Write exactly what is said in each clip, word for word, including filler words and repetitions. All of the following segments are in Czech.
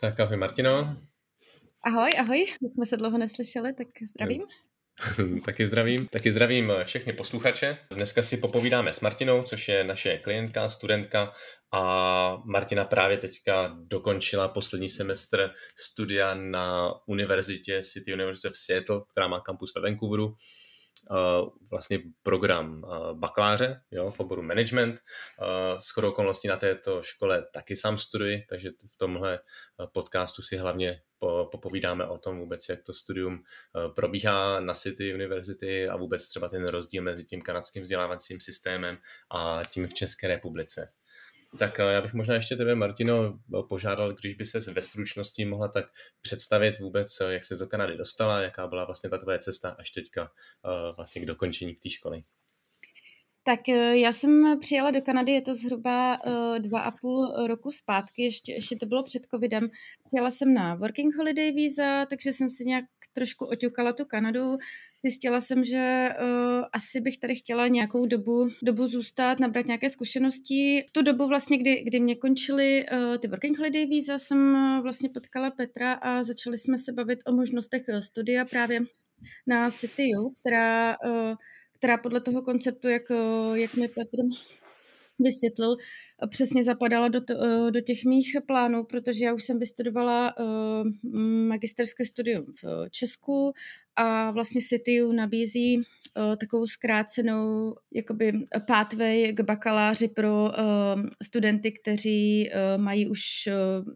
Tak ahoj Martino. Ahoj, ahoj, my jsme se dlouho neslyšeli, tak zdravím. taky zdravím, taky zdravím všechny posluchače. Dneska si popovídáme s Martinou, což je naše klientka, studentka a Martina právě teďka dokončila poslední semestr studia na univerzitě City University of Seattle, která má kampus ve Vancouveru. Vlastně program bakaláře, jo, v oboru management. Shodou okolností na této škole taky sám studuji, takže v tomhle podcastu si hlavně popovídáme o tom vůbec, jak to studium probíhá na City University a vůbec třeba ten rozdíl mezi tím kanadským vzdělávacím systémem a tím v České republice. Tak já bych možná ještě tebe, Martino, požádal, když by se ve stručnosti mohla tak představit vůbec, jak se do Kanady dostala, jaká byla vlastně ta tvoje cesta až teďka vlastně k dokončení té školy. Tak já jsem přijela do Kanady, je to zhruba uh, dva a půl roku zpátky, ještě, ještě to bylo před covidem. Přijela jsem na working holiday víza, takže jsem si nějak trošku oťukala tu Kanadu. Zjistila jsem, že uh, asi bych tady chtěla nějakou dobu, dobu zůstat, nabrat nějaké zkušenosti. V tu dobu vlastně, kdy, kdy mě končily uh, ty working holiday víza, jsem uh, vlastně potkala Petra a začali jsme se bavit o možnostech studia právě na C T U, která... Uh, která podle toho konceptu, jak, jak mi Petr vysvětlil, přesně zapadala do, to, do těch mých plánů, protože já už jsem vystudovala uh, magisterské studium v Česku a vlastně C T U nabízí uh, takovou zkrácenou jakoby pathway k bakaláři pro uh, studenty, kteří uh, mají už uh,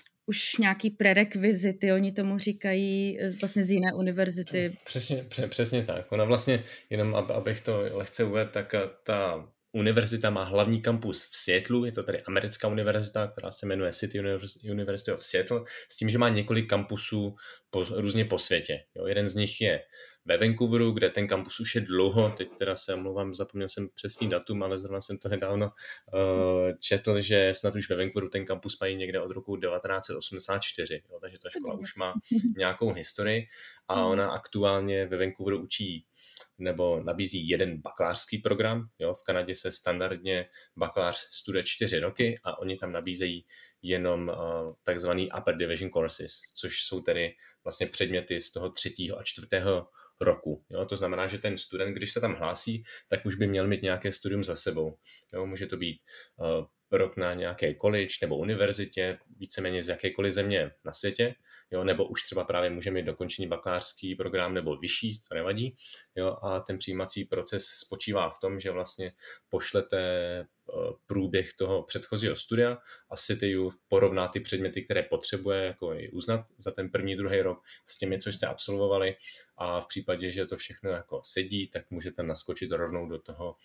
už nějaký prerekvizity, oni tomu říkají vlastně z jiné univerzity. Přesně, přesně tak. Ona vlastně, jenom abych to lehce uvedl, tak ta univerzita má hlavní kampus v Seattleu, je to tady americká univerzita, která se jmenuje City University of Seattle, s tím, že má několik kampusů po, různě po světě. Jo, jeden z nich je ve Vancouveru, kde ten kampus už je dlouho, teď teda se omlouvám, zapomněl jsem přesný datum, ale zrovna jsem to nedávno uh, četl, že snad už ve Vancouveru ten kampus mají někde od roku devatenáct set osmdesát čtyři, jo, takže ta škola už má nějakou historii a ona aktuálně ve Vancouveru učí nebo nabízí jeden bakalářský program. Jo? V Kanadě se standardně bakalář studuje čtyři roky a oni tam nabízejí jenom uh, takzvaný upper division courses, což jsou tedy vlastně předměty z toho třetího a čtvrtého roku. Jo? To znamená, že ten student, když se tam hlásí, tak už by měl mít nějaké studium za sebou. Jo? Může to být uh, rok na nějaké college nebo univerzitě, víceméně z jakékoliv země na světě, jo, nebo už třeba právě může mít dokončený bakalářský program nebo vyšší, to nevadí, jo, a ten přijímací proces spočívá v tom, že vlastně pošlete průběh toho předchozího studia a C T U porovná ty předměty, které potřebuje jako i uznat za ten první, druhý rok s těmi, co jste absolvovali a v případě, že to všechno jako sedí, tak můžete naskočit rovnou do toho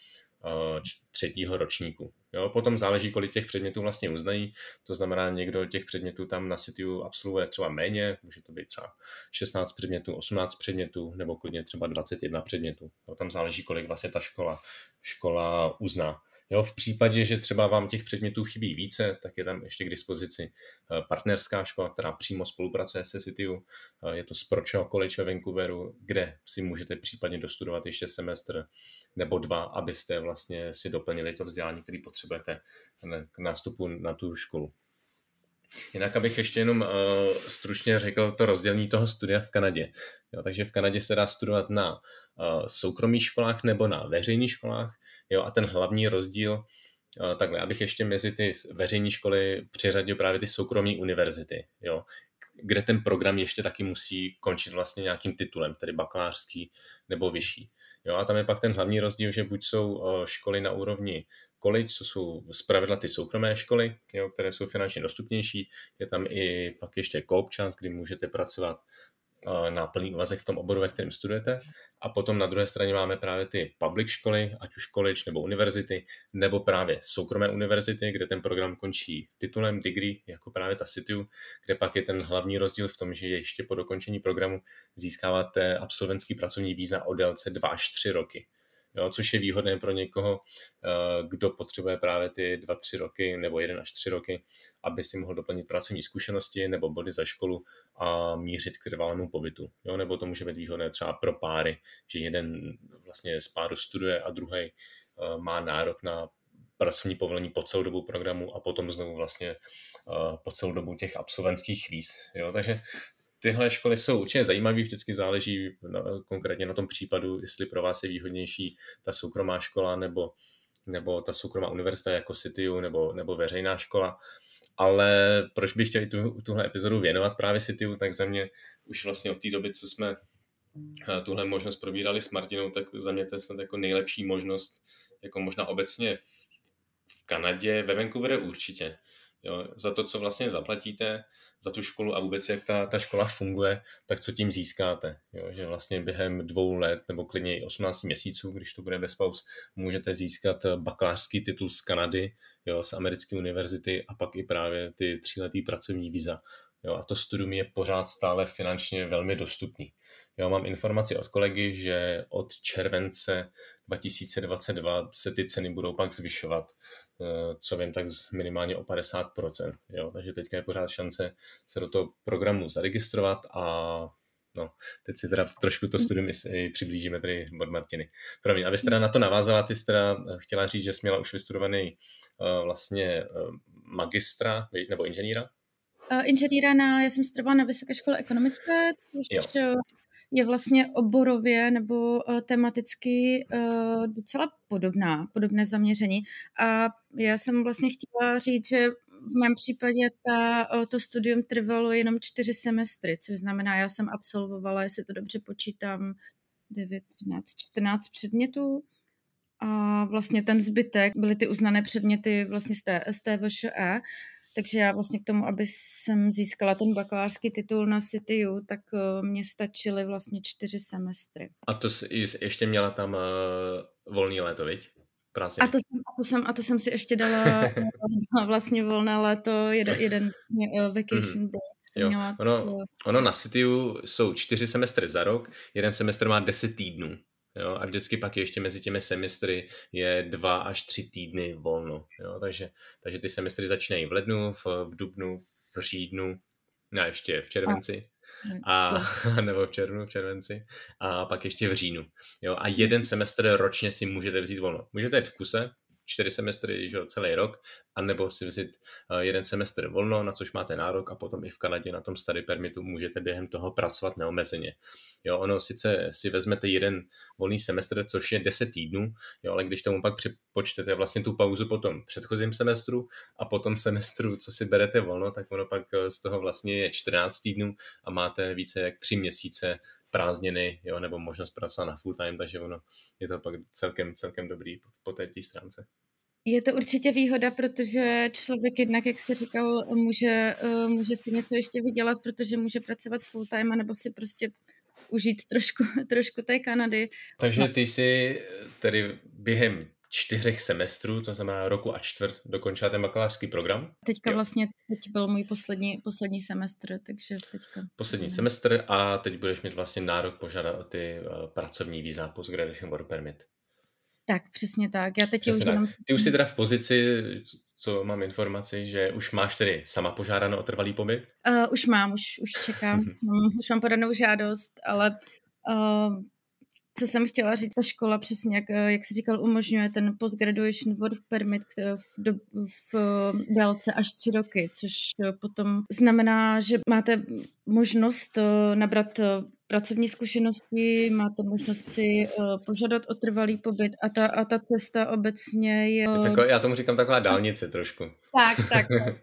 třetího ročníku. Jo, potom záleží, kolik těch předmětů vlastně uznají, to znamená, někdo těch předmětů tam na C T U absolvuje třeba méně, může to být třeba šestnáct předmětů, osmnáct předmětů, nebo klidně třeba dvacet jedna předmětů. Jo, tam záleží, kolik vlastně ta škola, škola uzná. Jo, v případě, že třeba vám těch předmětů chybí více, tak je tam ještě k dispozici partnerská škola, která přímo spolupracuje se C T U. Je to Sproccio College ve Vancouveru, kde si můžete případně dostudovat ještě semestr nebo dva, abyste vlastně si doplnili to vzdělání, které potřebujete k nástupu na tu školu. Jinak abych ještě jenom uh, stručně řekl to rozdělení toho studia v Kanadě. Jo, takže v Kanadě se dá studovat na uh, soukromých školách nebo na veřejných školách. Jo, a ten hlavní rozdíl, uh, takhle, abych ještě mezi ty veřejné školy přiřadil právě ty soukromé univerzity, jo, kde ten program ještě taky musí končit vlastně nějakým titulem, tedy bakalářský nebo vyšší. Jo, a tam je pak ten hlavní rozdíl, že buď jsou uh, školy na úrovni college, co jsou zpravidla ty soukromé školy, jo, které jsou finančně dostupnější. Je tam i pak ještě co-op část, kdy můžete pracovat uh, na plný úvazek v tom oboru, ve kterém studujete. A potom na druhé straně máme právě ty public školy, ať už college nebo univerzity, nebo právě soukromé univerzity, kde ten program končí titulem degree, jako právě ta C T U, kde pak je ten hlavní rozdíl v tom, že ještě po dokončení programu získáváte absolventský pracovní víza o délce dva až tři roky. Jo, což je výhodné pro někoho, kdo potřebuje právě ty dva, tři roky nebo jeden až tři roky, aby si mohl doplnit pracovní zkušenosti nebo body za školu a mířit k trvalému pobytu. Jo, nebo to může být výhodné třeba pro páry, že jeden vlastně z páru studuje a druhý má nárok na pracovní povolení po celou dobu programu a potom znovu vlastně uh, po celou dobu těch absolventských víz. Jo? Takže tyhle školy jsou určitě zajímavé, vždycky záleží na, konkrétně na tom případu, jestli pro vás je výhodnější ta soukromá škola nebo, nebo ta soukromá univerzita jako CityU nebo, nebo veřejná škola. Ale proč bych chtěl tu, tuhle epizodu věnovat právě CityU, tak za mě už vlastně od té doby, co jsme tuhle možnost probírali s Martinou, tak za mě to je snad jako nejlepší možnost, jako možná obecně v Kanadě, ve Vancouveru určitě. Jo, za to, co vlastně zaplatíte, za tu školu a vůbec jak ta, ta škola funguje, tak co tím získáte. Jo, že vlastně během dvou let nebo klidně i osmnáct měsíců, když to bude bez pauz, můžete získat bakalářský titul z Kanady, jo, z americké univerzity a pak i právě ty tříletý pracovní víza. Jo, a to studium je pořád stále finančně velmi dostupný. Jo, mám informaci od kolegy, že od července dva tisíce dvacet dva se ty ceny budou pak zvyšovat, co vím, tak minimálně o padesát procent. Jo, takže teďka je pořád šance se do toho programu zaregistrovat a no, teď si teda trošku to studium i přiblížíme tady od Martiny. Promiň, abys teda na to navázala, ty jsi teda chtěla říct, že jsi měla už vystudovaný uh, vlastně uh, magistra nebo inženýra? Uh, inženýra na, já jsem studovala na Vysoké škole ekonomické, což jo. je vlastně oborově nebo uh, tematicky uh, docela podobná, podobné zaměření. A já jsem vlastně chtěla říct, že v mém případě ta, uh, to studium trvalo jenom čtyři semestry, což znamená, já jsem absolvovala, jestli to dobře počítám, devět, třináct, čtrnáct předmětů. A vlastně ten zbytek byly ty uznané předměty vlastně z té, z té V Š E. Takže já vlastně k tomu, aby jsem získala ten bakalářský titul na CityU, tak uh, mě stačily vlastně čtyři semestry. A to jsi ještě měla tam uh, volný léto, viď? A to, jsem, a, to jsem, a to jsem si ještě dala vlastně volné léto, jeden, jeden uh, vacation break. Jo. Měla, ono, ono na CityU jsou čtyři semestry za rok, jeden semestr má deset týdnů. Jo, a vždycky pak ještě mezi těmi semestry je dva až tři týdny volno. Jo, takže, takže ty semestry začínají v lednu, v, v dubnu, v říjnu, no ještě v červenci, a, nebo v červnu, v červenci, a pak ještě v říjnu. Jo, a jeden semestr ročně si můžete vzít volno. Můžete jít v kuse, čtyři semestry, že, celý rok, anebo si vzít uh, jeden semestr volno, na což máte nárok a potom i v Kanadě na tom study permitu můžete během toho pracovat neomezeně. Jo, ono sice si vezmete jeden volný semestr, což je deset týdnů, jo, ale když tomu pak připočtete vlastně tu pauzu po tom předchozím semestru a po tom semestru, co si berete volno, tak ono pak z toho vlastně je čtrnáct týdnů a máte více jak tři měsíce prázdniny, jo, nebo možnost pracovat na full time, takže ono je to pak celkem, celkem dobrý po té té stránce. Je to určitě výhoda, protože člověk jednak, jak jsi říkal, může, může si něco ještě vydělat, protože může pracovat full time, anebo si prostě užít trošku, trošku té Kanady. Takže ty jsi tedy během čtyřech semestrů, to znamená roku a čtvrt, dokončila ten bakalářský program? Teďka jo. vlastně, teď byl můj poslední, poslední semestr, takže teďka... Poslední ne. semestr a teď budeš mít vlastně nárok požádat o ty uh, pracovní víza, postgraduation work permit. Tak, přesně tak. Já teď přesně už tak. jenom... Ty už jsi teda v pozici, co mám informaci, že už máš tedy sama požádáno o trvalý pobyt? Uh, už mám, už, už čekám. um, už mám podanou žádost, ale... Uh, co jsem chtěla říct, ta škola přesně, jak, jak jsi říkal, umožňuje ten postgraduation work permit v, do, v délce až tři roky, což potom znamená, že máte možnost nabrat pracovní zkušenosti, máte možnost si požádat o trvalý pobyt a ta, a ta cesta obecně je... je tako, já tomu říkám taková dálnice trošku. Tak, tak.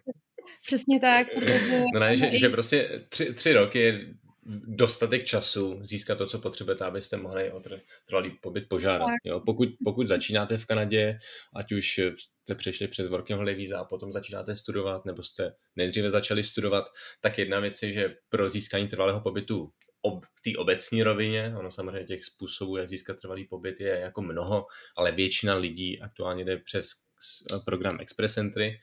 Přesně tak. Protože... No ne, že, že prostě tři, tři roky je dostatek času získat to, co potřebujete, abyste mohli o trvalý pobyt požádat. Jo? Pokud, pokud začínáte v Kanadě, ať už jste přešli přes working holiday víza a potom začínáte studovat, nebo jste nejdříve začali studovat, tak jedna věc je, že pro získání trvalého pobytu ob, v té obecní rovině, ono samozřejmě těch způsobů, jak získat trvalý pobyt, je jako mnoho, ale většina lidí aktuálně jde přes program Express Entry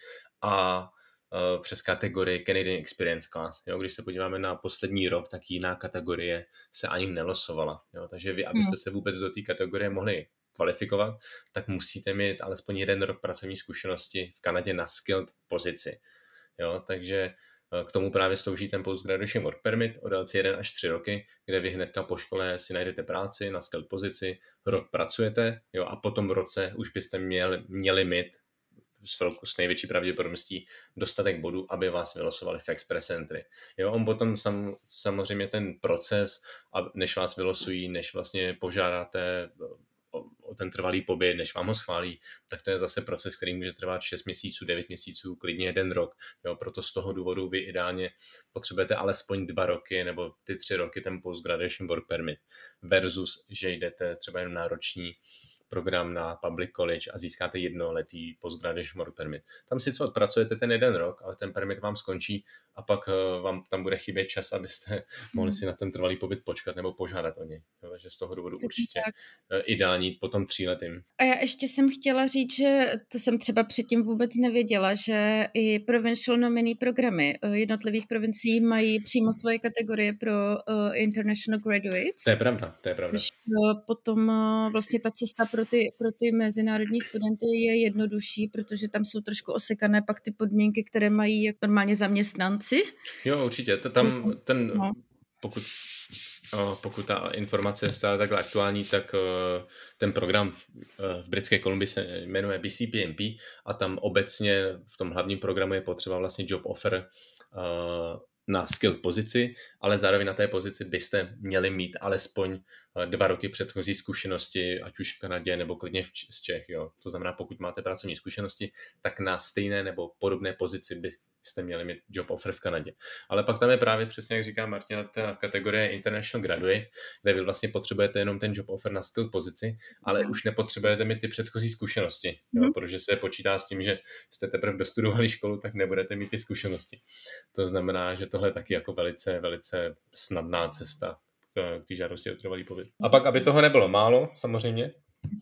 a přes kategorii Canadian Experience Class. Jo, když se podíváme na poslední rok, tak jiná kategorie se ani nelosovala. Jo, takže vy, abyste se vůbec do té kategorie mohli kvalifikovat, tak musíte mít alespoň jeden rok pracovní zkušenosti v Kanadě na skilled pozici. Jo, takže k tomu právě slouží ten postgraduation work permit o délce jeden až tři roky, kde vy hnedka po škole si najdete práci na skilled pozici, rok pracujete, jo, a potom v roce už byste měli, měli mít s, velkou, s největší pravděpodobností dostatek bodů, aby vás vylosovali v Express Entry. Jo, on potom sam, samozřejmě ten proces, než vás vylosují, než vlastně požádáte o, o ten trvalý pobyt, než vám ho schválí, tak to je zase proces, který může trvat šest měsíců, devět měsíců, klidně jeden rok. Jo, proto z toho důvodu vy ideálně potřebujete alespoň dva roky nebo ty tři roky ten Postgraduation Work Permit versus, že jdete třeba jen na roční program na Public College a získáte jednoletý Postgraduation Work Permit. Tam sice odpracujete ten jeden rok, ale ten permit vám skončí a pak vám tam bude chybět čas, abyste mohli si na ten trvalý pobyt počkat nebo požádat o něj. Jo, takže z toho důvodu určitě ideální po tom tříletým. A já ještě jsem chtěla říct, že to jsem třeba předtím vůbec nevěděla, že i provincial nominee programy jednotlivých provincií mají přímo svoje kategorie pro uh, international graduates. To je pravda, to je pravda. Když uh, potom uh, vlastně ta cesta pro ty, pro ty mezinárodní studenty je jednodušší, protože tam jsou trošku osekané pak ty podmínky, které mají jak normálně zaměstnanci. Jo, určitě. To tam ten, no. pokud, pokud ta informace je stále takhle aktuální, tak ten program v Britské Kolumbii se jmenuje B C P M P a tam obecně v tom hlavním programu je potřeba vlastně job offer na skilled pozici, ale zároveň na té pozici byste měli mít alespoň dva roky předchozí zkušenosti, ať už v Kanadě nebo klidně v Č- z Čech. Jo. To znamená, pokud máte pracovní zkušenosti, tak na stejné nebo podobné pozici byste měli mít job offer v Kanadě. Ale pak tam je právě přesně, jak říká Martina, ta kategorie International Graduate, kde vy vlastně potřebujete jenom ten job offer na skilled pozici, ale už nepotřebujete mít ty předchozí zkušenosti, jo, mm. protože se počítá s tím, že jste teprve dostudovali školu, tak nebudete mít ty zkušenosti. To znamená, že tohle je taky jako velice, velice snadná cesta k té žádosti o trvalý pobyt. A pak, aby toho nebylo málo, samozřejmě,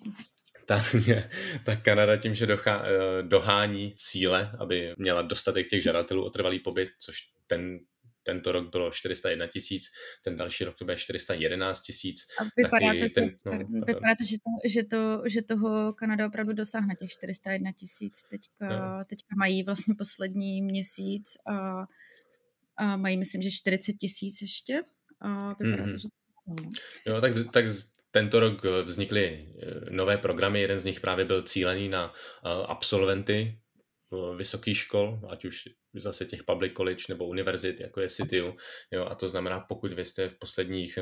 tak, tak Kanada tím, že dochá, dohání cíle, aby měla dostatek těch žadatelů o trvalý pobyt, což ten, tento rok bylo čtyři sta jedna tisíc, ten další rok to bude čtyři sta jedenáct tisíc. A vypadá, to, ten, no, vypadá to, že, to, že, to, že toho Kanada opravdu dosáhne těch čtyři sta jedna tisíc. Teďka, no. teďka mají vlastně poslední měsíc a, a mají, myslím, že čtyřicet tisíc ještě. A vypadá mm-hmm. to, že to... Jo, tak, tak tento rok vznikly nové programy, jeden z nich právě byl cílený na absolventy vysokých škol, ať už zase těch public college nebo univerzit, jako je C T U. Jo, a to znamená, pokud vy jste v posledních,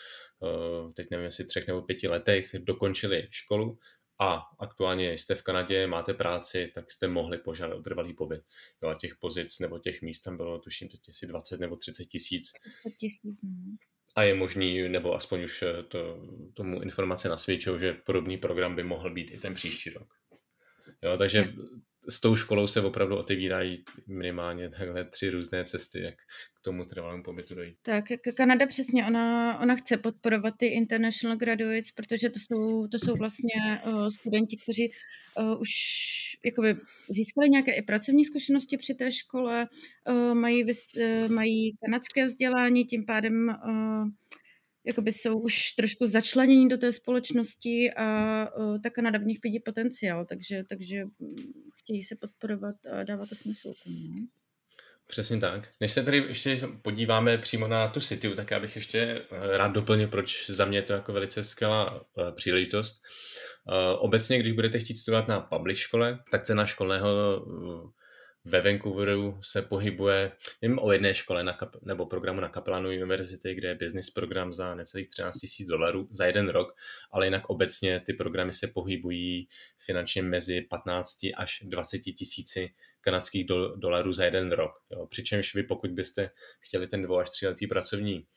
teď nevím, jestli třech nebo pěti letech dokončili školu a aktuálně jste v Kanadě, máte práci, tak jste mohli požádat o trvalý pobyt. Jo, a těch pozic nebo těch míst tam bylo, tuším, teď asi dvacet nebo třicet tisíc. třicet tisíc, no. A je možný, nebo aspoň už to, tomu informace nasvědčují, že podobný program by mohl být i ten příští rok. Jo, takže s tou školou se opravdu otevírají minimálně takhle tři různé cesty, jak k tomu trvalému pobytu dojít. Tak, Kanada přesně, ona, ona chce podporovat ty international graduates, protože to jsou, to jsou vlastně uh, studenti, kteří uh, už jakoby získali nějaké i pracovní zkušenosti při té škole, uh, mají, vys, uh, mají kanadské vzdělání, tím pádem uh, jakoby jsou už trošku začlenění do té společnosti a uh, ta Kanada v nich vidí potenciál, takže, takže chtějí se podporovat a dává to smysl. No? Přesně tak. Než se tady ještě podíváme přímo na tu C T U, tak já bych ještě rád doplnil, proč za mě je to jako velice skvělá uh, příležitost. Uh, obecně, když budete chtít studovat na public škole, tak cena školného uh, ve Vancouveru se pohybuje, nevím o jedné škole na kap, nebo programu na Capellanu univerzity, kde je business program za necelých třináct tisíc dolarů za jeden rok, ale jinak obecně ty programy se pohybují finančně mezi patnáct až dvacet tisíci kanadských do, dolarů za jeden rok. Jo. Přičemž vy, pokud byste chtěli ten dvou až tříletý pracovní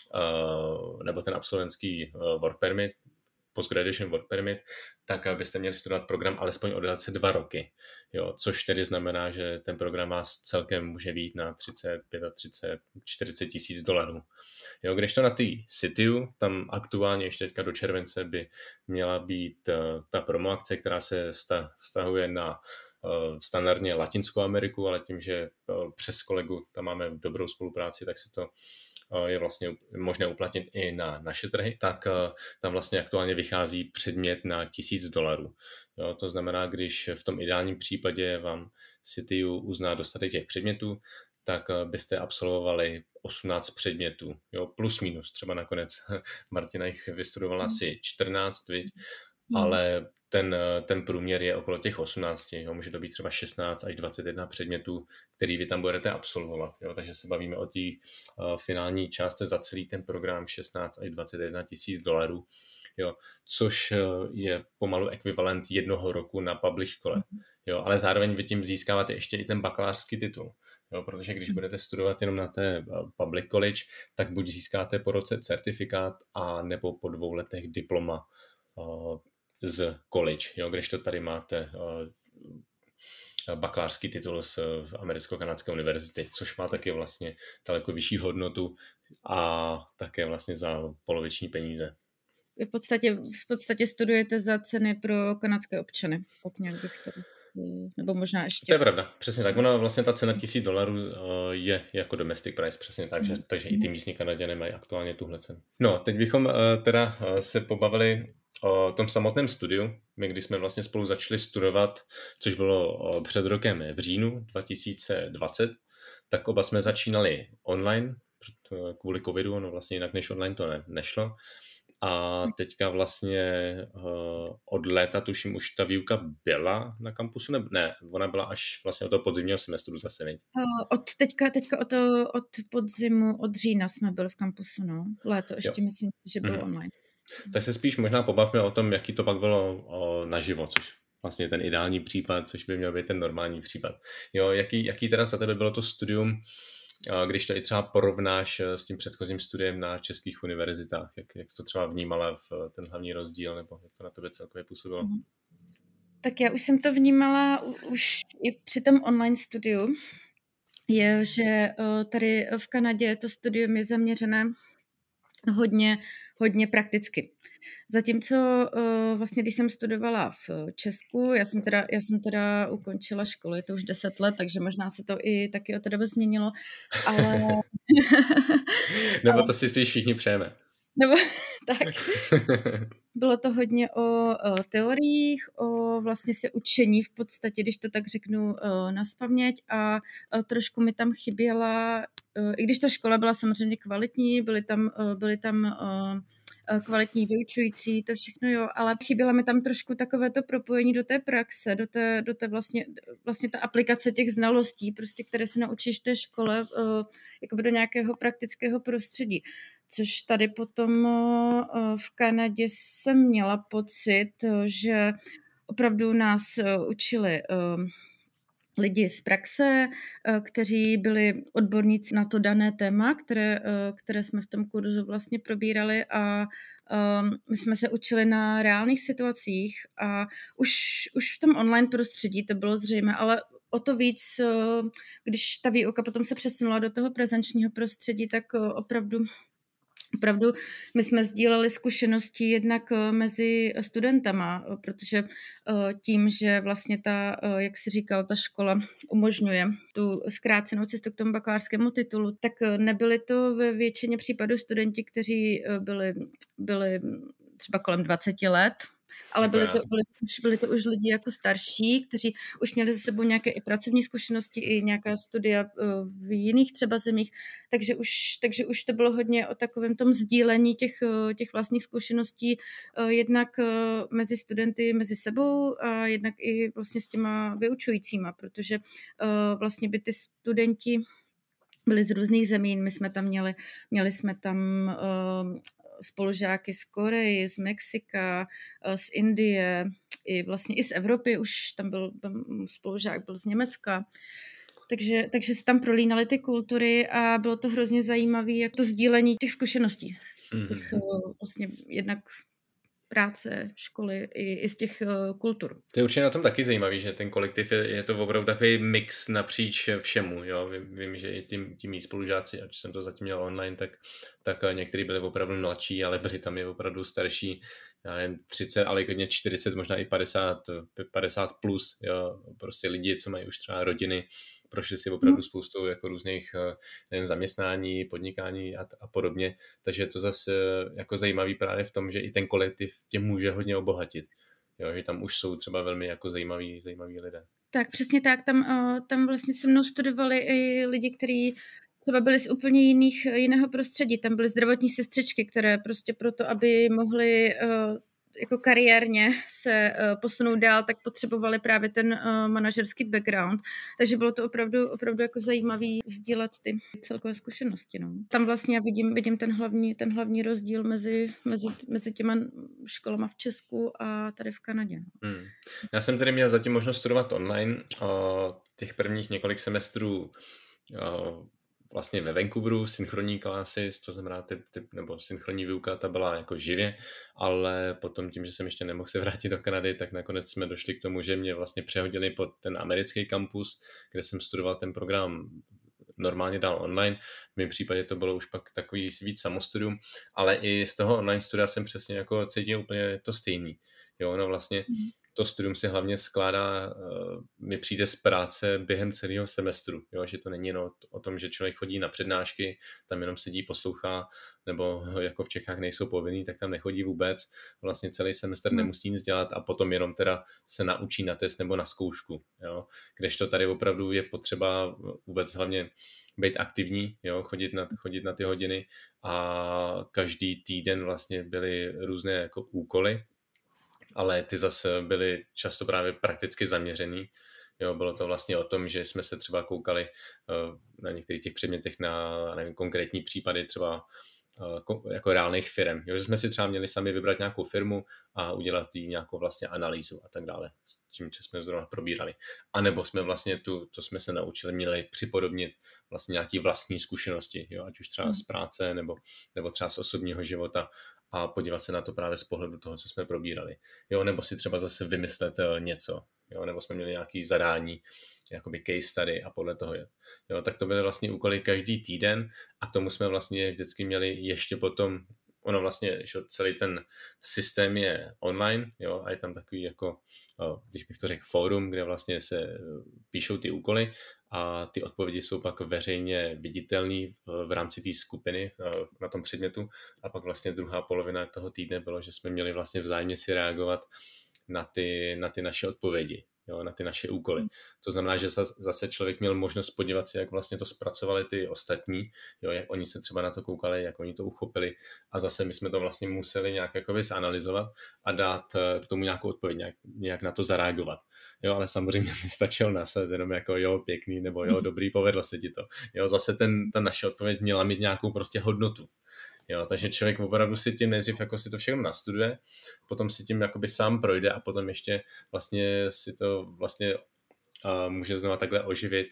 uh, nebo ten absolventský uh, work permit, Postgraduation Work Permit, tak byste měli studovat program alespoň o délce dva roky. Jo, což tedy znamená, že ten program vás celkem může být na třicet, třicet pět, čtyřicet tisíc dolarů. Jo, kdežto na té C T U, tam aktuálně ještě teďka do července by měla být uh, ta promo akce, která se vztahuje na uh, standardně Latinskou Ameriku, ale tím, že uh, přes kolegu tam máme dobrou spolupráci, tak se to je vlastně možné uplatnit i na naše trhy, tak tam vlastně aktuálně vychází předmět na tisíc dolarů. Jo, to znamená, když v tom ideálním případě vám C T U uzná dostatek těch předmětů, tak byste absolvovali osmnáct předmětů, jo, plus minus, třeba nakonec Martina jich vystudovala asi čtrnáct, viď? Hmm. ale ten, ten průměr je okolo těch osmnácti, jo, může to být třeba šestnáct až dvacet jedna předmětů, který vy tam budete absolvovat, jo, takže se bavíme o té uh, finální částce za celý ten program šestnáct až dvacet jedna tisíc dolarů, jo, což uh, je pomalu ekvivalent jednoho roku na public škole, jo, ale zároveň vy tím získáváte ještě i ten bakalářský titul, jo, protože když budete studovat jenom na té uh, public college, tak buď získáte po roce certifikát a nebo po dvou letech diploma uh, z college, jo, kdežto tady máte uh, bakalářský titul z americko-kanadské univerzity, což má taky vlastně daleko vyšší hodnotu a také vlastně za poloviční peníze. V podstatě, v podstatě studujete za ceny pro kanadské občany, tak nějak bych to... Nebo možná ještě... To je pravda, přesně tak. Ona vlastně ta cena tisíc dolarů je jako domestic price, přesně tak, že, takže i ty místní Kanaděné mají aktuálně tuhle cenu. No, teď bychom teda se pobavili o tom samotném studiu. My, když jsme vlastně spolu začali studovat, což bylo před rokem v říjnu dva tisíce dvacet, tak oba jsme začínali online, kvůli covidu, ono vlastně jinak než online to ne, nešlo. A teďka vlastně uh, od léta, tuším, už ta výuka byla na kampusu, ne, ne ona byla až vlastně od toho podzimního semestru zase, ne? Od teďka, teďka od, od podzimu, od října jsme byli v kampusu, no. Léto ještě jo. Myslím si, že bylo mm. online. Tak se spíš možná pobavme o tom, jaký to pak bylo o, naživo, což vlastně ten ideální případ, což by měl být ten normální případ. Jo, jaký, jaký teda za tebe bylo to studium, když to i třeba porovnáš s tím předchozím studiem na českých univerzitách, jak, jak jsi to třeba vnímala v ten hlavní rozdíl, nebo jak to na tebe celkově působilo? Mm. Tak já už jsem to vnímala už i při tom online studiu, je, že tady v Kanadě to studium je zaměřené hodně, hodně prakticky. Zatímco vlastně, když jsem studovala v Česku, já jsem teda, já jsem teda ukončila školu, je to už deset let, takže možná se to i taky od té doby změnilo, ale... Nebo to si spíš všichni přejeme. Nebo tak. Bylo to hodně o, o teoriích, o vlastně se učení v podstatě, když to tak řeknu, nazpaměť a trošku mi tam chyběla, i když ta škola byla samozřejmě kvalitní, byly tam, byly tam kvalitní vyučující, to všechno jo, ale chyběla mi tam trošku takové to propojení do té praxe, do té, do té vlastně, vlastně ta aplikace těch znalostí, prostě, které se naučíš v té škole, jakoby do nějakého praktického prostředí. Což tady potom v Kanadě jsem měla pocit, že opravdu nás učili lidi z praxe, kteří byli odborníci na to dané téma, které, které jsme v tom kurzu vlastně probírali a my jsme se učili na reálných situacích a už, už v tom online prostředí to bylo zřejmé, ale o to víc, když ta výuka potom se přesunula do toho prezenčního prostředí, tak opravdu Opravdu my jsme sdíleli zkušenosti jednak mezi studentama, protože tím, že vlastně ta, jak si říkal, ta škola umožňuje tu zkrácenou cestu k tomu bakalářskému titulu, tak nebyli to ve většině případů studenti, kteří byli, byli třeba kolem dvacet let, ale byli to, byli, byli to už lidi jako starší, kteří už měli za sebou nějaké i pracovní zkušenosti, i nějaká studia v jiných třeba zemích, takže už, takže už to bylo hodně o takovém tom sdílení těch, těch vlastních zkušeností, jednak mezi studenty, mezi sebou a jednak i vlastně s těma vyučujícíma, protože vlastně by ty studenti byli z různých zemí, my jsme tam měli, měli jsme tam spolužáky z Koreji, z Mexika, z Indie, i vlastně i z Evropy, už tam byl spolužák, byl z Německa. Takže, takže se tam prolínaly ty kultury a bylo to hrozně zajímavé, jak to sdílení těch zkušeností. Z těch, mm-hmm. vlastně jednak práce, školy i, i z těch uh, kultur. To je určitě na tom taky zajímavý, že ten kolektiv je, je to opravdu takový mix napříč všemu. Jo? Vím, vím, že i ty, ty mý spolužáci, ať jsem to zatím měl online, tak, tak někteří byli opravdu mladší, ale byli tam i opravdu starší, já nevím, třicet, ale klidně čtyřicet, možná i padesát, padesát plus, jo? Prostě lidi, co mají už třeba rodiny, prošli si opravdu spoustou jako různých nevím, zaměstnání, podnikání a, a podobně, takže je to zase jako zajímavý právě v tom, že i ten kolektiv tě může hodně obohatit, jo, že tam už jsou třeba velmi jako zajímaví, zajímaví lidé. Tak přesně tak, tam, tam vlastně se mnou studovali i lidi, kteří třeba byli z úplně jiných, jiného prostředí, tam byly zdravotní sestřičky, které prostě proto, aby mohly jako kariérně se uh, posunout dál, tak potřebovali právě ten uh, manažerský background. Takže bylo to opravdu, opravdu jako zajímavý sdílet ty celkové zkušenosti. No. Tam vlastně vidím, vidím ten hlavní, ten hlavní rozdíl mezi, mezi, mezi těma školama v Česku a tady v Kanadě. Hmm. Já jsem tady měl zatím možnost studovat online uh, těch prvních několik semestrů uh, vlastně ve Vancouveru, synchronní klasy, to znamená typ, typ, nebo synchronní výuka, ta byla jako živě, ale potom tím, že jsem ještě nemohl se vrátit do Kanady, tak nakonec jsme došli k tomu, že mě vlastně přehodili pod ten americký kampus, kde jsem studoval ten program normálně dál online. V mém případě to bylo už pak takový víc samostudium, ale i z toho online studia jsem přesně jako cítil úplně to stejný. Jo, no vlastně to studium si hlavně skládá, uh, mi přijde z práce během celého semestru, jo, že to není jenom o tom, že člověk chodí na přednášky, tam jenom sedí, poslouchá, nebo jako v Čechách nejsou povinný, tak tam nechodí vůbec, vlastně celý semestr hmm. nemusí nic dělat a potom jenom teda se naučí na test nebo na zkoušku, jo, kdežto tady opravdu je potřeba vůbec hlavně být aktivní, jo, chodit na, chodit na ty hodiny a každý týden vlastně byly různé jako úkoly, ale ty zase byly často právě prakticky zaměřený. Jo, bylo to vlastně o tom, že jsme se třeba koukali uh, na některých těch předmětech na nevím, konkrétní případy třeba uh, jako reálných firm. Jo, že jsme si třeba měli sami vybrat nějakou firmu a udělat jí nějakou vlastně analýzu a tak dále, s tím, že jsme zrovna probírali. A nebo jsme vlastně tu, to jsme se naučili, měli připodobnit vlastně nějaký vlastní zkušenosti, jo, ať už třeba z práce nebo, nebo třeba z osobního života, a podívat se na to právě z pohledu toho, co jsme probírali. Jo, nebo si třeba zase vymyslet něco, jo, nebo jsme měli nějaký zadání, jakoby case study a podle toho je. Jo, tak to byly vlastně úkoly každý týden a k tomu jsme vlastně vždycky měli ještě potom, ono vlastně, že celý ten systém je online, jo, a je tam takový jako, když bych to řekl, fórum, kde vlastně se píšou ty úkoly a ty odpovědi jsou pak veřejně viditelné v rámci té skupiny na tom předmětu a pak vlastně druhá polovina toho týdne bylo, že jsme měli vlastně vzájemně si reagovat na ty, na ty naše odpovědi. Jo, na ty naše úkoly. To znamená, že zase člověk měl možnost podívat si, jak vlastně to zpracovali ty ostatní, jo, jak oni se třeba na to koukali, jak oni to uchopili a zase my jsme to vlastně museli nějak jakoby zanalyzovat a dát k tomu nějakou odpověď, nějak, nějak na to zareagovat. Jo, ale samozřejmě nestačilo napsat jenom jako jo, pěkný, nebo jo, dobrý, povedlo se ti to. Jo, zase ten, ta naše odpověď měla mít nějakou prostě hodnotu. Jo, takže člověk opravdu si tím nejdřív jako si to všechno nastuduje, potom si tím jakoby sám projde a potom ještě vlastně si to vlastně uh, může znova takhle oživit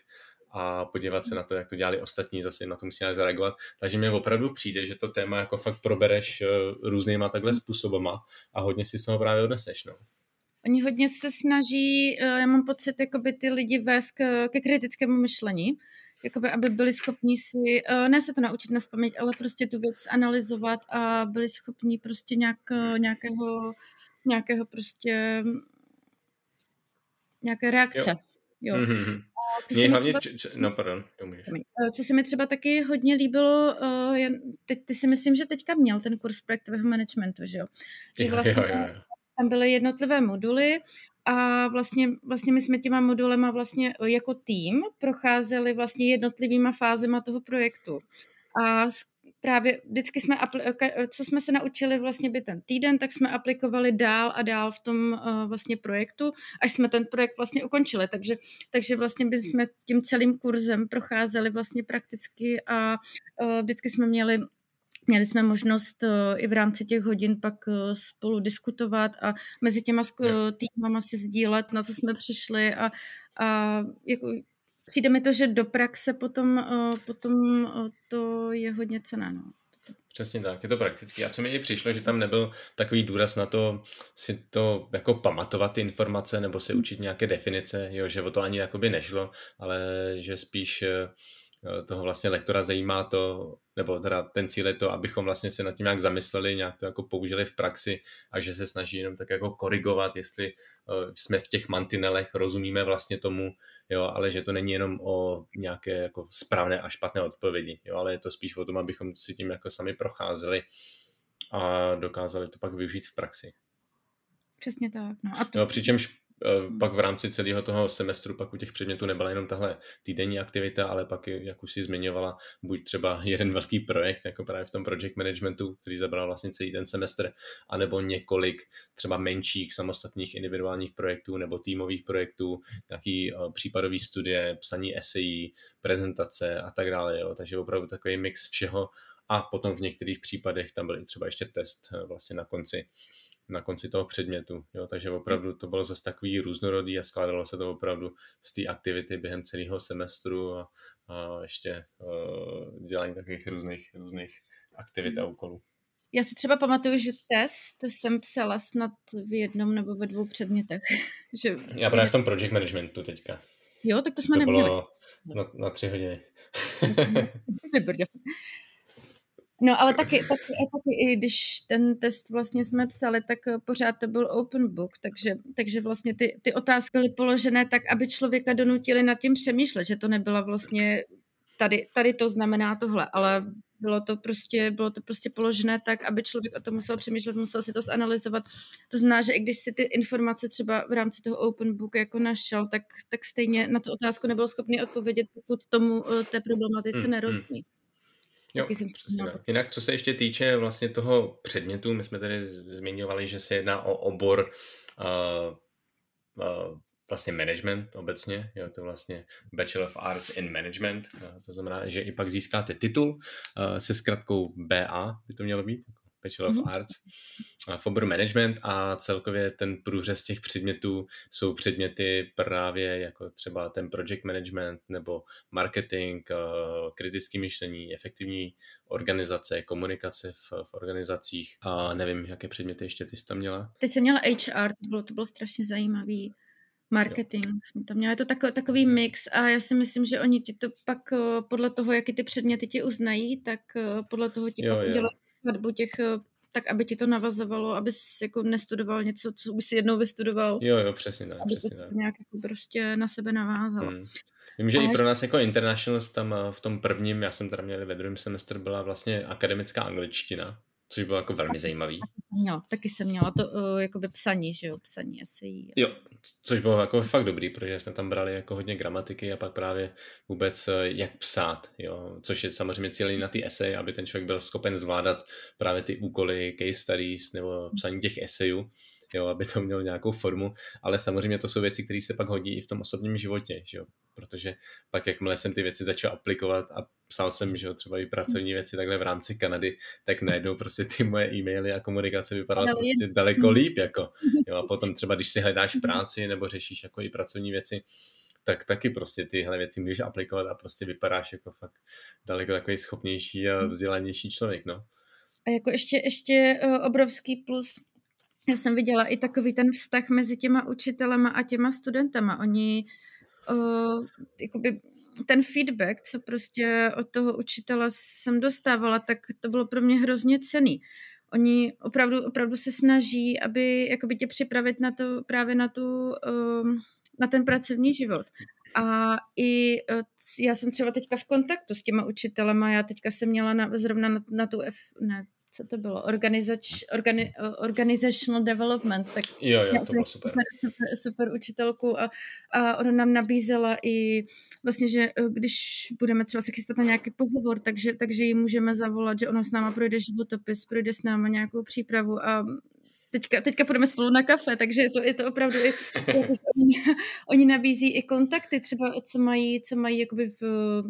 a podívat se na to, jak to dělali ostatní, zase na to musí nějak zareagovat. Takže mně opravdu přijde, že to téma jako fakt probereš uh, různýma takhle způsobama a hodně si z toho právě odneseš, no. Oni hodně se snaží, já mám pocit, jakoby ty lidi vést k, ke kritickému myšlení, jakoby, aby byli schopni si, ne se to naučit nazpaměť, ale prostě tu věc analyzovat a byli schopni prostě nějak, nějakého, nějakého prostě nějaké reakce. Jo. Jo. Mm-hmm. Mě hlavně, třeba, č, č, no pardon, jo, můžeš. Co se mi třeba taky hodně líbilo, ty, ty si myslím, že teďka měl ten kurz projektového managementu, že jo? Že vlastně jo, jo, jo. Tam byly jednotlivé moduly a vlastně, vlastně my jsme těma modulema vlastně jako tým procházeli vlastně jednotlivýma fázema toho projektu. A právě vždycky jsme, co jsme se naučili vlastně by ten týden, tak jsme aplikovali dál a dál v tom uh, vlastně projektu, až jsme ten projekt vlastně ukončili. Takže, takže vlastně by jsme tím celým kurzem procházeli vlastně prakticky a uh, vždycky jsme měli Měli jsme možnost uh, i v rámci těch hodin pak uh, spolu diskutovat a mezi těma uh, týmama si sdílet, na co jsme přišli a, a jako, přijde mi to, že do praxe potom, uh, potom uh, to je hodně cenné. No. Přesně tak, je to praktický. A co mi i přišlo, že tam nebyl takový důraz na to si to jako pamatovat ty informace nebo si učit nějaké definice, jo, že o to ani jakoby nešlo, ale že spíš toho vlastně lektora zajímá to, nebo teda ten cíl je to, abychom vlastně se nad tím nějak zamysleli, nějak to jako použili v praxi a že se snaží jenom tak jako korigovat, jestli uh, jsme v těch mantinelech, rozumíme vlastně tomu, jo, ale že to není jenom o nějaké jako správné a špatné odpovědi, jo, ale je to spíš o tom, abychom si tím jako sami procházeli a dokázali to pak využít v praxi. Přesně tak. No, a to... no, přičemž pak v rámci celého toho semestru pak u těch předmětů nebyla jenom tahle týdenní aktivita, ale pak, jak už si zmiňovala, buď třeba jeden velký projekt, jako právě v tom project managementu, který zabral vlastně celý ten semestr, anebo několik třeba menších samostatných individuálních projektů nebo týmových projektů, nějaký případový studie, psaní esejí, prezentace a tak dále. Jo. Takže opravdu takový mix všeho a potom v některých případech tam byl i třeba ještě test vlastně na konci na konci toho předmětu. Jo? Takže opravdu to bylo zase takový různorodý a skládalo se to opravdu z té aktivity během celého semestru a, a ještě uh, dělání takových různých, různých aktivit a úkolů. Já si třeba pamatuju, že test jsem psala snad v jednom nebo ve dvou předmětech. že... Já právě v tom project managementu teďka. Jo, tak to jsme to neměli. Bylo na, na tři hodiny. No, ale taky, taky, taky, i když ten test vlastně jsme psali, tak pořád to byl open book, takže, takže vlastně ty, ty otázky byly položené tak, aby člověka donutili nad tím přemýšlet, že to nebyla vlastně tady, tady to znamená tohle, ale bylo to prostě, bylo to prostě položené tak, aby člověk o tom musel přemýšlet, musel si to zanalyzovat. To znamená, že i když si ty informace třeba v rámci toho open booku jako našel, tak, tak stejně na tu otázku nebyl schopný odpovědět, pokud tomu té problematice hmm, nerozumí. Hmm. Jo, přesně tak. Jinak, co se ještě týče vlastně toho předmětu, my jsme tady zmiňovali, že se jedná o obor uh, uh, vlastně management obecně, jo, to je vlastně Bachelor of Arts in Management, uh, to znamená, že i pak získáte titul uh, se zkratkou B A, by to mělo být, Bachelor of Arts v oboru management a celkově ten průřez těch předmětů jsou předměty právě jako třeba ten project management nebo marketing, kritické myšlení, efektivní organizace, komunikace v, v organizacích a nevím, jaké předměty ještě ty jsi tam měla. Teď jsem měla H R, to bylo, to bylo strašně zajímavý. Marketing, jsme tam měli, je to takový, takový mix a já si myslím, že oni ti to pak podle toho, jaký ty předměty ti uznají, tak podle toho ti jo, pak udělají skladbu těch, tak aby ti to navazovalo, abys jako nestudoval něco, co by si jednou vystudoval. Jo, jo, přesně tak, aby přesně tak. to nějak jako prostě na sebe navázalo. Hmm. Vím, že a i pro nás jako internationals tam v tom prvním, já jsem teda měl ve druhém semestru, byla vlastně akademická angličtina, což bylo jako velmi zajímavý. Měla, taky jsem měla to uh, jakoby psaní, že jo, psaní esejí. Jo, což bylo jako fakt dobrý, protože jsme tam brali jako hodně gramatiky a pak právě vůbec jak psát, jo, což je samozřejmě cílený na ty esej, aby ten člověk byl schopen zvládat právě ty úkoly, case studies nebo psaní těch esejů, jo, aby to mělo nějakou formu, ale samozřejmě to jsou věci, které se pak hodí i v tom osobním životě, že jo, protože pak jakmile jsem ty věci začal aplikovat a psal jsem, že jo, třeba i pracovní věci takhle v rámci Kanady, tak najednou prostě ty moje e-maily a komunikace vypadaly prostě daleko líp, jako, jo, a potom třeba, když si hledáš práci nebo řešíš jako i pracovní věci, tak taky prostě tyhle věci můžeš aplikovat a prostě vypadáš jako fakt daleko takový schopnější a vzdělanější člověk, no. A jako ještě, ještě obrovský plus, já jsem viděla i takový ten vztah mezi těma učitelema a těma studentama. Oni, uh, jakoby ten feedback, co prostě od toho učitele jsem dostávala, tak to bylo pro mě hrozně cenný. Oni opravdu, opravdu se snaží, aby jakoby tě připravit na to, právě na tu, uh, na ten pracovní život. A i uh, já jsem třeba teďka v kontaktu s těma učitelema, já teďka jsem měla na, zrovna na, na tu F, ne, co to bylo, Organizač, organi, organizational development, tak jo, jo, to bylo super. Super, super, super učitelku a, a ona nám nabízela i vlastně, že když budeme třeba se chystat na nějaký pohovor, takže, takže ji můžeme zavolat, že ona s náma projde životopis, projde s náma nějakou přípravu a teďka, teďka půjdeme spolu na kafe, takže je to, je to opravdu i, oni, oni nabízí i kontakty třeba, co mají, co mají jakoby v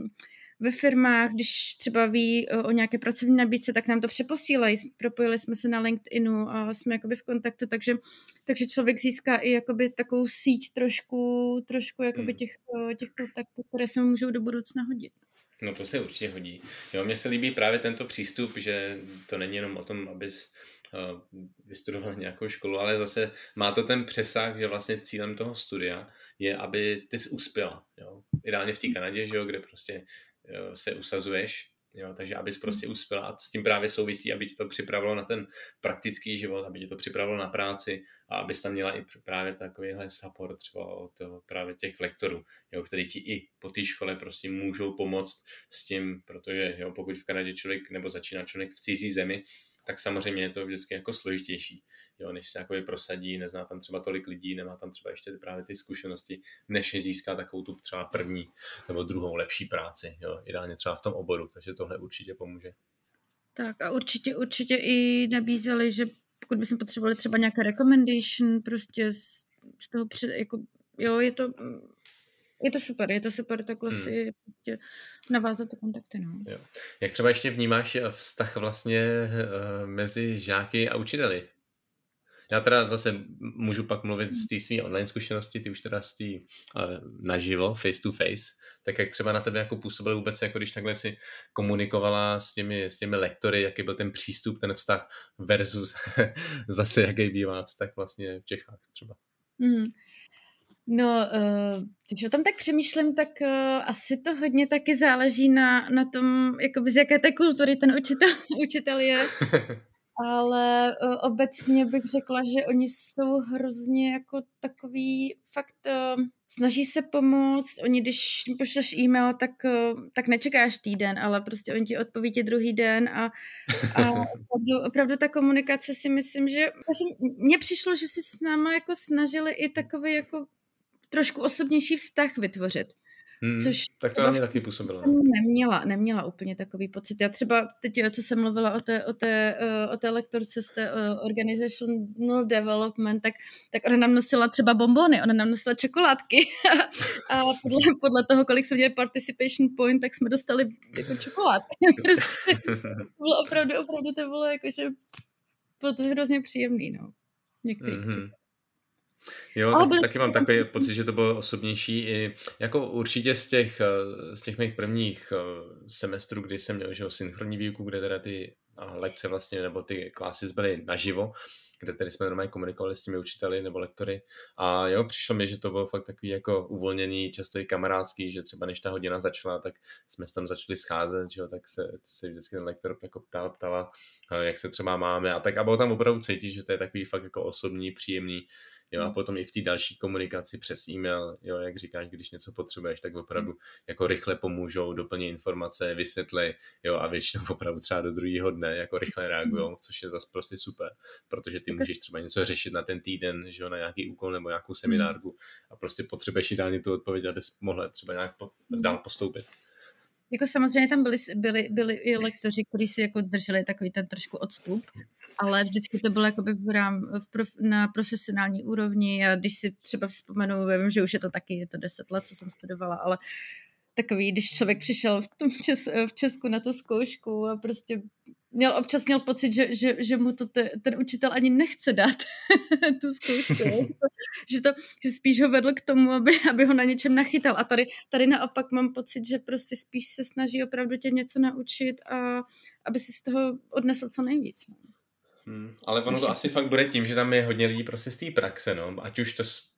ve firmách, když třeba ví o nějaké pracovní nabídce, tak nám to přeposílají. Propojili jsme se na LinkedInu a jsme jakoby v kontaktu, takže, takže člověk získá i jakoby takovou síť trošku, trošku jakoby těch, těch kontaktů, které se mu můžou do budoucna hodit. No to se určitě hodí. Jo, mně se líbí právě tento přístup, že to není jenom o tom, abys uh, vystudoval nějakou školu, ale zase má to ten přesah, že vlastně cílem toho studia je, aby ty jsi uspěla. Jo? Ideálně v té Kanadě, že jo, kde prostě se usazuješ, jo, takže abys prostě uspěla a s tím právě souvisí, aby tě to připravilo na ten praktický život, aby tě to připravilo na práci a abys tam měla i právě takovýhle support třeba od právě těch lektorů, jo, který ti i po té škole prostě můžou pomoct s tím, protože jo, pokud v Kanadě člověk nebo začíná člověk v cizí zemi, tak samozřejmě je to vždycky jako složitější, jo, než se jakoby prosadí, nezná tam třeba tolik lidí, nemá tam třeba ještě právě ty zkušenosti, než získá takovou tu třeba první nebo druhou lepší práci, jo, ideálně třeba v tom oboru, takže tohle určitě pomůže. Tak a určitě, určitě i nabízeli, že pokud bychom potřebovali třeba nějaké recommendation, prostě z, z toho před, jako, jo, je to, je to super, je to super takhle hmm. si prostě navázat ty kontakty, no. Jo. Jak třeba ještě vnímáš vztah vlastně uh, mezi žáky a učiteli? Já teda zase můžu pak mluvit z té své online zkušenosti, ty už teda z té uh, naživo, face to face, tak jak třeba na tebe jako působil vůbec, jako když takhle si komunikovala s těmi, s těmi lektory, jaký byl ten přístup, ten vztah versus zase jaký bývá vztah vlastně v Čechách třeba. Mm. No, uh, když o tom tak přemýšlím, tak uh, asi to hodně taky záleží na, na tom, jakoby z jaké té kultury ten učitel, učitel je. Ale uh, obecně bych řekla, že oni jsou hrozně jako takový fakt, uh, snaží se pomoct, oni když pošleš e-mail, tak, uh, tak nečekáš týden, ale prostě oni ti odpoví ti druhý den a, a opravdu, opravdu ta komunikace si myslím, že mně přišlo, že si s náma jako snažili i takový jako trošku osobnější vztah vytvořit. Hmm, což tak to na mě taky působilo. Neměla, neměla úplně takový pocit. Já třeba teď, co jsem mluvila o té, o té, o té lektorce z té organizational development, tak, tak ona nám nosila třeba bonbony, ona nám nosila čokoládky a podle, podle toho, kolik jsme měli participation point, tak jsme dostali jako čokoládky. Prostě bylo opravdu, opravdu to bylo jako, že bylo to hrozně příjemný, no. Některých mm-hmm. Jo, tak, byli... taky mám takový pocit, že to bylo osobnější i jako určitě z těch, z těch mých prvních semestrů, kdy jsem měl že, synchronní výuku, kde teda ty lekce vlastně, nebo ty klasy byly naživo, kde tedy jsme normálně komunikovali s těmi učiteli nebo lektory a jo, přišlo mi, že to bylo fakt takový jako uvolněný, často i kamarádský, že třeba než ta hodina začala, tak jsme se tam začali scházet, že jo, tak se, se vždycky ten lektor jako ptal, ptala, jak se třeba máme a tak a bylo tam opravdu cítit, že to je takový fakt jako osobní, příjemný. Jo, a potom i v té další komunikaci přes e-mail, jo, jak říkáš, když něco potřebuješ, tak opravdu jako rychle pomůžou, doplní informace, vysvětlí, jo, a většinou opravdu třeba do druhého dne jako rychle reagujou, což je zase prostě super, protože ty můžeš třeba něco řešit na ten týden, že jo, na nějaký úkol nebo nějakou seminárku a prostě potřebuješ i dát tu odpověď, abys mohla třeba nějak po, dál postoupit. Jako samozřejmě tam byli, byli, byli i lektoři, kteří si jako drželi takový ten trošku odstup, ale vždycky to bylo jakoby v rám, v prof, na profesionální úrovni a když si třeba vzpomenu, vím, že už je to taky, je to deset let, co jsem studovala, ale takový, když člověk přišel v, tom Čes, v Česku na tu zkoušku a prostě měl, občas měl pocit, že, že, že mu to te, ten učitel ani nechce dát tu zkoušku. že, to, že spíš ho vedl k tomu, aby, aby ho na něčem nachytal. A tady, tady naopak mám pocit, že prostě spíš se snaží opravdu tě něco naučit a aby si z toho odnesl co nejvíc. No. Hmm, ale ono to asi fakt bude tím, že tam je hodně lidí prostě z té praxe, no. Ať už to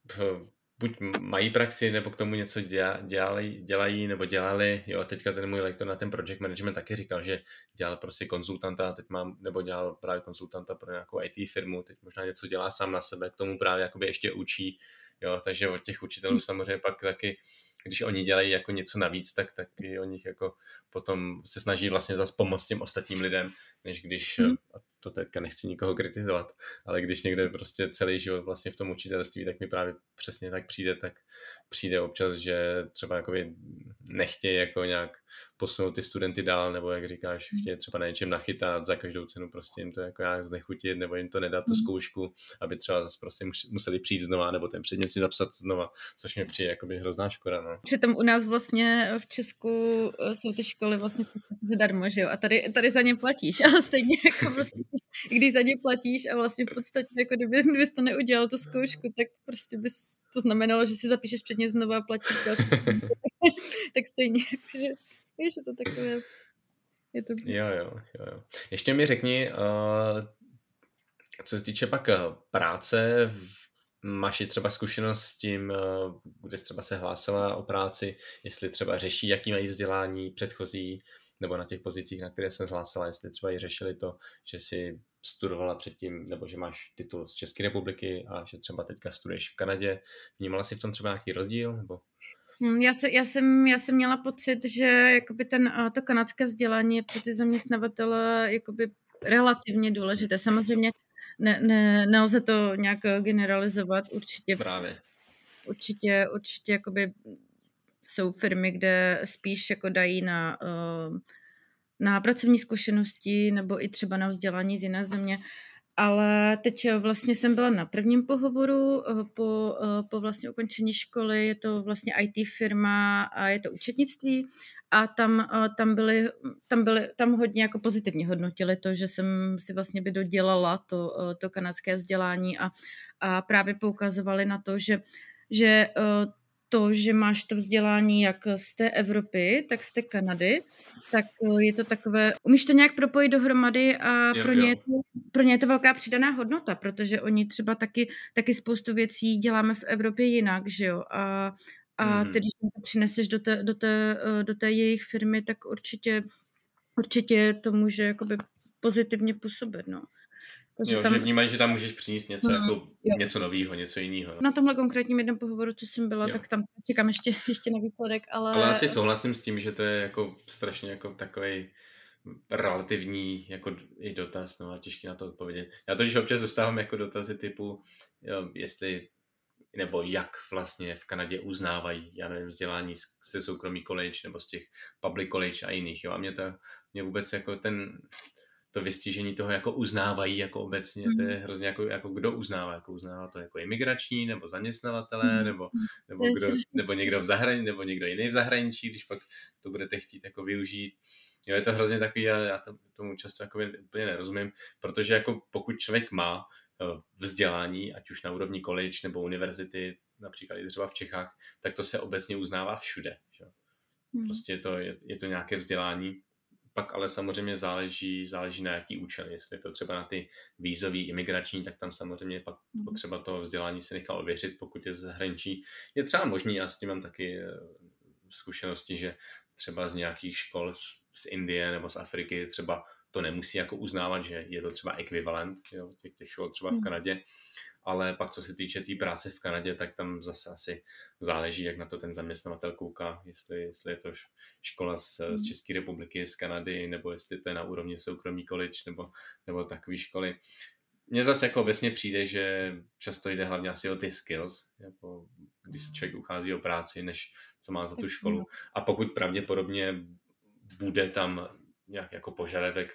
buď mají praxi, nebo k tomu něco dělají, dělají, nebo dělali. Jo, a teďka ten můj lektor na ten project management taky říkal, že dělal prostě konzultanta, teď mám, nebo dělal právě konzultanta pro nějakou í té firmu, teď možná něco dělá sám na sebe, k tomu právě jakoby ještě učí. Jo, takže od těch učitelů samozřejmě pak taky, když oni dělají jako něco navíc, tak taky o nich jako potom se snaží vlastně zase pomoct těm ostatním lidem, než když, mm. a to teďka nechci nikoho kritizovat, ale když někdo prostě celý život vlastně v tom učitelství, tak mi právě přesně tak přijde, tak přijde občas, že třeba jakoby nechtějí jako nějak posunout ty studenty dál, nebo jak říkáš, chtějí třeba na něčem nachytat za každou cenu, prostě jim to jako nějak znechutit, nebo jim to nedat tu zkoušku, aby třeba zase prostě museli přijít znova, nebo ten předmět si napsat znova, což mi přijde jakoby hrozná škoda. No. Přitom u nás vlastně v Česku jsou ty školy vlastně zadarmo, že jo, a tady, tady za ně platíš, ale stejně jako prostě, když za ně platíš a vlastně v podstatě, jako kdyby, kdybys to neudělal, tu zkoušku, tak prostě bys to znamenalo, že si zapíšeš předmět znovu a platíš další. Tak stejně, jakože, víš, je to takové... Je to... Jo, jo, jo, jo. Ještě mi řekni, uh, co se týče pak práce, máš i třeba zkušenost s tím, uh, kde jsi třeba se hlásila o práci, jestli třeba řeší, jaký mají vzdělání předchozí, nebo na těch pozicích, na které jsem hlásila, jestli třeba i řešili to, že jsi studovala předtím, nebo že máš titul z České republiky a že třeba teďka studuješ v Kanadě. Vnímala jsi v tom třeba nějaký rozdíl? Nebo... Já, se, já, jsem, já jsem měla pocit, že jakoby ten, to kanadské vzdělání je pro ty zaměstnavatele jakoby relativně důležité. Samozřejmě ne, ne, nelze to nějak generalizovat, určitě. Právě. Určitě, určitě jakoby jsou firmy, kde spíš jako dají na, na pracovní zkušenosti nebo i třeba na vzdělání z jiné země. Ale teď vlastně jsem byla na prvním pohovoru po, po vlastně ukončení školy, je to vlastně í té firma a je to účetnictví a tam, tam byly, tam byly, tam hodně jako pozitivně hodnotili to, že jsem si vlastně by dodělala to, to kanadské vzdělání a, a právě poukazovali na to, že, že to, že máš to vzdělání jak z té Evropy, tak z té Kanady, tak je to takové, umíš to nějak propojit dohromady a Jo, pro ně, jo. je to, pro ně je to velká přidaná hodnota, protože oni třeba taky, taky spoustu věcí děláme v Evropě jinak, že jo, a, a ty, když to přineseš do té, do, té, do té jejich firmy, tak určitě, určitě to může jakoby pozitivně působit, no. Takže jo, tam... že vnímají, že tam můžeš přinést něco, hmm, jako jo. něco novýho, něco jiného. No. Na tomhle konkrétním jednom pohovoru, co jsem byla, jo. tak tam čekám ještě, ještě na výsledek, ale... Ale asi souhlasím s tím, že to je jako strašně jako takovej relativní jako i dotaz, no a těžký na to odpovědět. Já totiž občas dostávám jako dotazy typu, jo, jestli nebo jak vlastně v Kanadě uznávají, já nevím, vzdělání ze soukromý college nebo z těch public college a jiných, jo, a mě to, mě vůbec jako ten... to vystižení toho jako uznávají jako obecně, to je hrozně jako, jako kdo uznává, jako uznává to jako imigrační, nebo zaměstnavatelé, nebo, nebo, kdo, nebo někdo v zahraničí, nebo někdo jiný v zahraničí, když pak to budete chtít jako využít. Jo, je to hrozně takový, já, já tomu často jako úplně nerozumím, protože jako pokud člověk má vzdělání, ať už na úrovni college nebo univerzity, například i třeba v Čechách, tak to se obecně uznává všude. Že? Prostě je to, je, je to nějaké vzdělání. Pak ale samozřejmě záleží, záleží na jaký účel. Jestli je to třeba na ty vízový, imigrační, tak tam samozřejmě pak potřeba toho vzdělání se nechá ověřit, pokud je z zahraničí. Je třeba možný, já s tím mám taky zkušenosti, že třeba z nějakých škol z Indie nebo z Afriky třeba to nemusí jako uznávat, že je to třeba ekvivalent, jo, těch, těch škol třeba v Kanadě. Ale pak co se týče té tý práce v Kanadě, tak tam zase asi záleží, jak na to ten zaměstnavatel kouká, jestli, jestli je to škola z, z České republiky, z Kanady, nebo jestli to je na úrovni soukromý college, nebo, nebo takové školy. Mně zase jako obecně přijde, že často jde hlavně asi o ty skills, jako když se člověk uchází o práci, než co má za tu školu. A pokud pravděpodobně bude tam nějak jako požadavek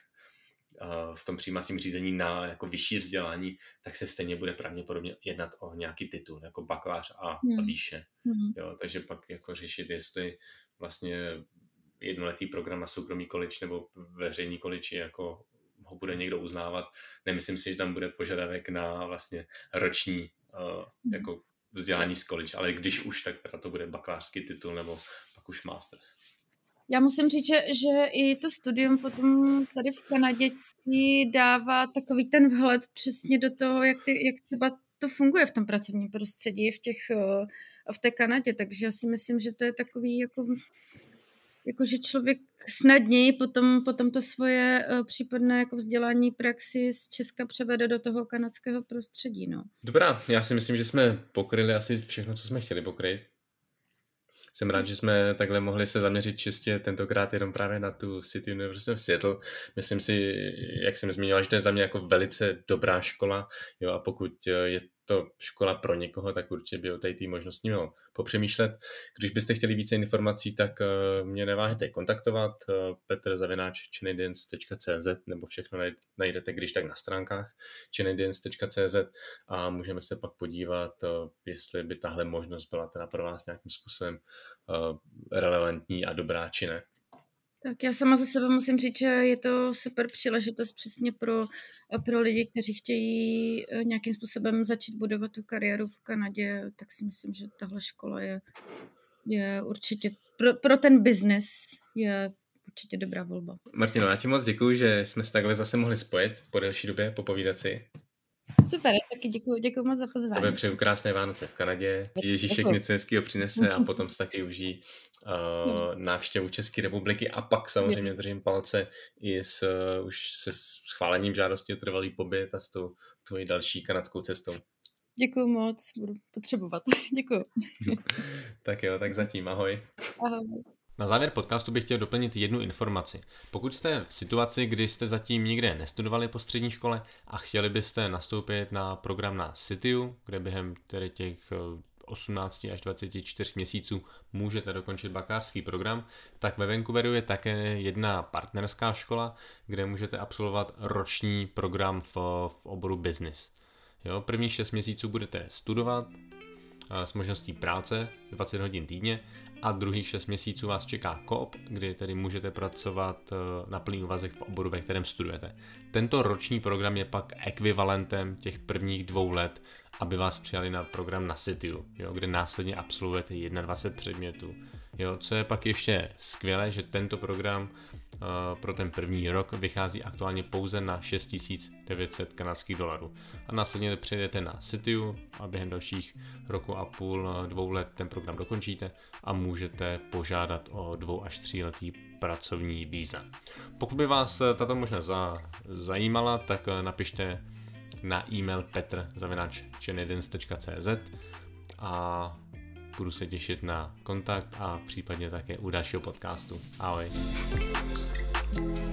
v tom přijímacím řízení na jako vyšší vzdělání, tak se stejně bude pravděpodobně jednat o nějaký titul, jako bakalář a, hmm. a výše. Hmm. Jo, takže pak jako řešit, jestli vlastně jednoletý program na soukromý college nebo veřejný college jako ho bude někdo uznávat. Nemyslím si, že tam bude požadavek na vlastně roční uh, jako vzdělání z college, ale když už, tak teda to bude bakalářský titul nebo pak už masters. Já musím říct, že, že i to studium potom tady v Kanadě ti dává takový ten vhled přesně do toho, jak, ty, jak třeba to funguje v tom pracovním prostředí v, těch, v té Kanadě, takže já si myslím, že to je takový jako, jako že člověk snadněji potom, potom to svoje případné jako vzdělání praxi z Česka převede do toho kanadského prostředí. No. Dobrá, já si myslím, že jsme pokryli asi všechno, co jsme chtěli pokryt. Jsem rád, že jsme takhle mohli se zaměřit čistě tentokrát jenom právě na tu City University of Seattle. Myslím si, jak jsem zmiňoval, že to je za mě jako velice dobrá škola, jo, a pokud je to škola pro někoho, tak určitě by o té možnosti měl popřemýšlet. Když byste chtěli více informací, tak mě neváhejte kontaktovat petr zavináč canadiens tečka cé zet nebo všechno najdete když tak na stránkách canadiens tečka cé zet a můžeme se pak podívat, jestli by tahle možnost byla teda pro vás nějakým způsobem relevantní a dobrá, či ne. Tak já sama za sebe musím říct, že je to super příležitost přesně pro, pro lidi, kteří chtějí nějakým způsobem začít budovat tu kariéru v Kanadě, tak si myslím, že tahle škola je, je určitě pro, pro ten biznis je určitě dobrá volba. Martino, já ti moc děkuju, že jsme se takhle zase mohli spojit po delší době, popovídat si. Super, taky děkuju, děkuju moc za pozvání. Tobě přeju krásné Vánoce v Kanadě, ti Ježíšek něco hezkýho přinese a potom se taky užij uh, návštěvu České republiky a pak samozřejmě držím palce i s, uh, už se schválením žádosti o trvalý pobyt a s tou tvojí další kanadskou cestou. Děkuju moc, budu potřebovat. Děkuju. Tak jo, tak zatím, ahoj. Ahoj. Na závěr podcastu bych chtěl doplnit jednu informaci. Pokud jste v situaci, kdy jste zatím nikde nestudovali po střední škole a chtěli byste nastoupit na program na CityU, kde během tedy těch osmnáct až dvacet čtyři měsíců můžete dokončit bakalářský program, tak ve Vancouveru je také jedna partnerská škola, kde můžete absolvovat roční program v, v oboru business. Jo, první šest měsíců budete studovat s možností práce dvacet hodin týdně a druhých šest měsíců vás čeká co-op, kdy tedy můžete pracovat na plný úvazek v oboru, ve kterém studujete. Tento roční program je pak ekvivalentem těch prvních dvou let, aby vás přijali na program na CityU, jo, kde následně absolvujete dvacet jedna předmětů. Jo, co je pak ještě skvělé, že tento program uh, pro ten první rok vychází aktuálně pouze na šest tisíc devět set kanadských dolarů. A následně přejdete na CityU a během dalších roku a půl, dvou let ten program dokončíte a můžete požádat o dvou až tří letý pracovní víza. Pokud by vás tato možnost za, zajímala, tak napište na e-mail petr zavináč čenedens tečka cé zet a budu se těšit na kontakt a případně také u dalšího podcastu. Ahoj.